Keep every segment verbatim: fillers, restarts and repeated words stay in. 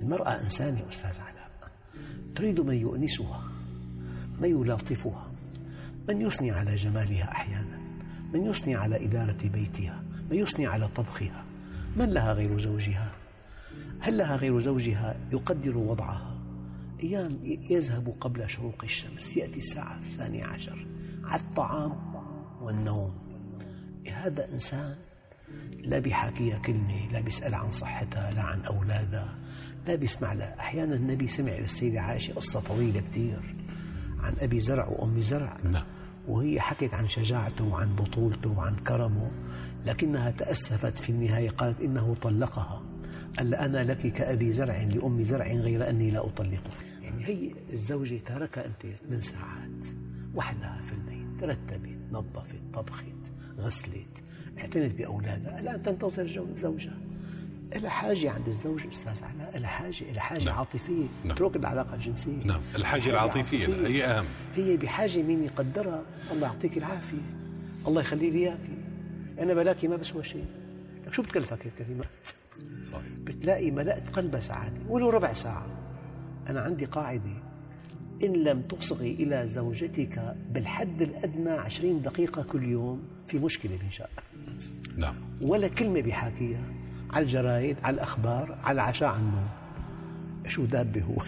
المرأة إنسانة أستاذ علاء، تريد من يؤنسها، من يلاطفها، من يثني على جمالها أحيانا، من يثني على إدارة بيتها، من يثني على طبخها. من لها غير زوجها؟ هل لها غير زوجها يقدر وضعها؟ أيام يذهب قبل شروق الشمس، يأتي الساعة الثانية عشر على الطعام والنوم. هذا إنسان لا بيحاكيها كلمة، لا بيسأل عن صحتها، لا عن أولادها، لا بيسمع لها. أحيانا النبي سمع للسيدة عائشة قصة طويلة كتير عن أبي زرع وأم زرع، نعم. وهي حكت عن شجاعته وعن بطولته وعن كرمه، لكنها تأسفت في النهاية، قالت إنه طلقها، قال أنا لك كأبي زرع لأم زرع غير أني لا أطلقك. يعني هي الزوجة تركها أنت من ساعات وحدها في البيت، ترتبت، نظفت، طبخت، غسلت، اعتنت بأولادها، الآن تنتظر زوجها. إلى حاجة عند الزوج أستاذ علاء، إلى حاجة إلى حاجة نعم. عاطفية. نعم. اترك العلاقة الجنسية. نعم. الحاجة العاطفية هي أهم. هي بحاجة مين يقدرها. الله يعطيك العافية، الله يخلي لي إياكي، أنا بلاكي ما بسوى شيء. شو بتكلفك الكلمات؟ صحيح. بتلاقي ملأت قلبها سعادة ولو ربع ساعة. أنا عندي قاعدة: إن لم تصغي إلى زوجتك بالحد الأدنى عشرين دقيقة كل يوم في مشكلة بإنشاء. نعم. ولا كلمة بحاكيها على الجرايد، على الأخبار، على العشاء، على النوم. شو دابة هو؟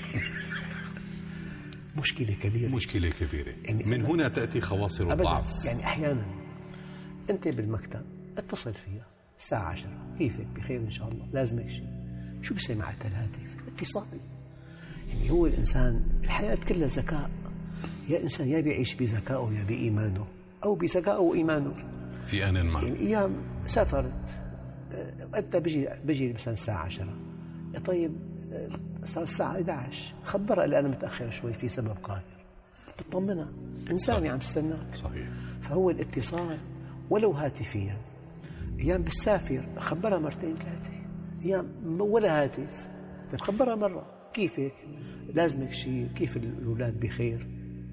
مشكلة كبيرة، مشكلة كبيرة. يعني من هنا تأتي خواصر الضعف. يعني أحيانا أنت بالمكتب اتصل فيها الساعة عشرة، كيفك؟ بخير إن شاء الله، لازمك شيء؟ شو بسمعت الهاتف؟ اتصال. يعني هو الإنسان الحياة كلها ذكاء. يا إنسان يا بيعيش بذكائه يا بإيمانه، أو بذكائه وإيمانه في آن ما. يعني أيام سافرت، أنت بيجي بيجي مثلا الساعة عشرة، طيب صار الساعة إحدى عشر، خبرها اللي أنا متأخر شوي في سبب قاهر، بتطمنها، إنساني عم تستناك. صحيح. فهو الاتصال ولو هاتفيا. أيام بالسافر خبرها مرتين ثلاثة، أيام ولا هاتف، تخبرها مرة، كيفك؟ لازمك شيء؟ كيف الأولاد؟ بخير.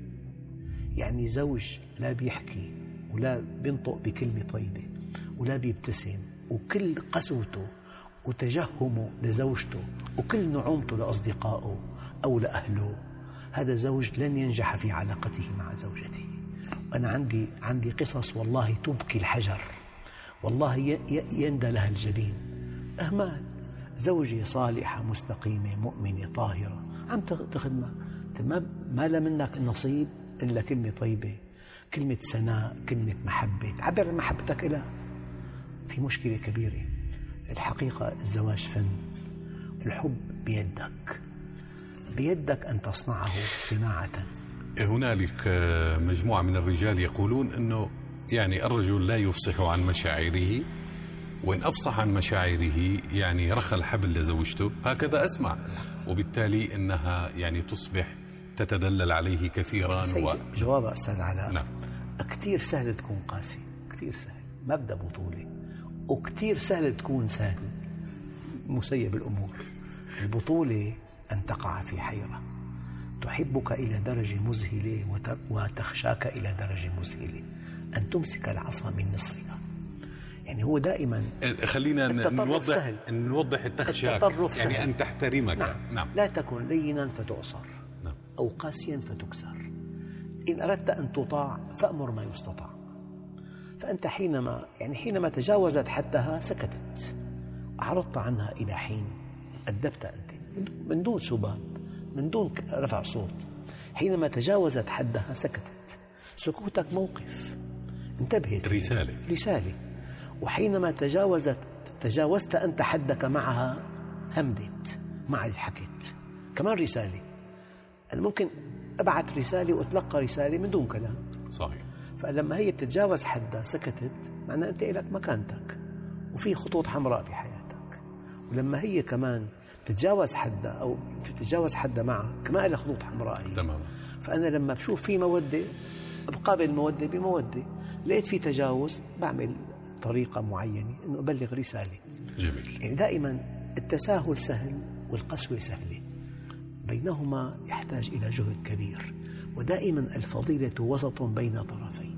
يعني زوج لا بيحكي ولا بينطق بكلمة طيبة ولا بيبتسم، وكل قسوته وتجهمه لزوجته وكل نعومته لأصدقائه أو لأهله، هذا زوج لن ينجح في علاقته مع زوجته. أنا عندي عندي قصص والله تبكي الحجر، والله يندى لها الجبين. أهمال، زوجة صالحة مستقيمة مؤمنة طاهرة عم تخدمك، ما لا منك نصيب إلا كلمة طيبة، كلمة ثناء، كلمة محبة، عبر عن محبتك لها. في مشكلة كبيرة. الحقيقة الزواج فن، الحب بيدك، بيدك أن تصنعه صناعة. هنالك مجموعة من الرجال يقولون أنه يعني الرجل لا يفصح عن مشاعره، وإن أفصح عن مشاعره يعني رخى الحبل لزوجته، هكذا أسمع، وبالتالي أنها يعني تصبح تتدلل عليه كثيرا. و... جواب أستاذ علاء. نعم. كتير سهل تكون قاسي، كتير سهل، ما بدها بطولة، وكتير سهل تكون سهل مسيب الأمور. البطولة أن تقع في حيرة، تحبك إلى درجة مذهلة وتخشاك إلى درجة مذهلة، أن تمسك العصا من نصفها. يعني هو دائما خلينا نوضح سهل. نوضح التخشاك، يعني سهل. أن تحترمك. نعم. نعم. لا تكن لينا فتعصر. نعم. أو قاسيا فتكسر. إن أردت أن تطاع فأمر ما يستطاع. فأنت حينما يعني حينما تجاوزت حدها سكتت، أعرضت عنها إلى حين، أدبت أنت من دون سباب، من دون رفع صوت. حينما تجاوزت حدها سكتت، سكوتك موقف، انتبهت، رسالة رسالة. وحينما تجاوزت تجاوزت أنت حدك معها، همدت، ما عاد حكت، كمان رسالة. أنا ممكن أبعث رسالة وأتلقى رسالة من دون كلام. صحيح. فلما هي بتتجاوز حدها سكتت، معناه أنت إلك مكانتك وفي خطوط حمراء بحياتك. ولما هي كمان تتجاوز حدها أو تتجاوز حدها معها، كمان لها خطوط حمراء هي. تمام. فأنا لما بشوف في مودة بقابل المودة بمودة، لقيت في تجاوز بعمل طريقة معينة إنه أبلغ رسالة. جميل. يعني دائما التساهل سهل والقسوة سهلة، بينهما يحتاج إلى جهد كبير، ودائما الفضيلة وسط بين طرفين.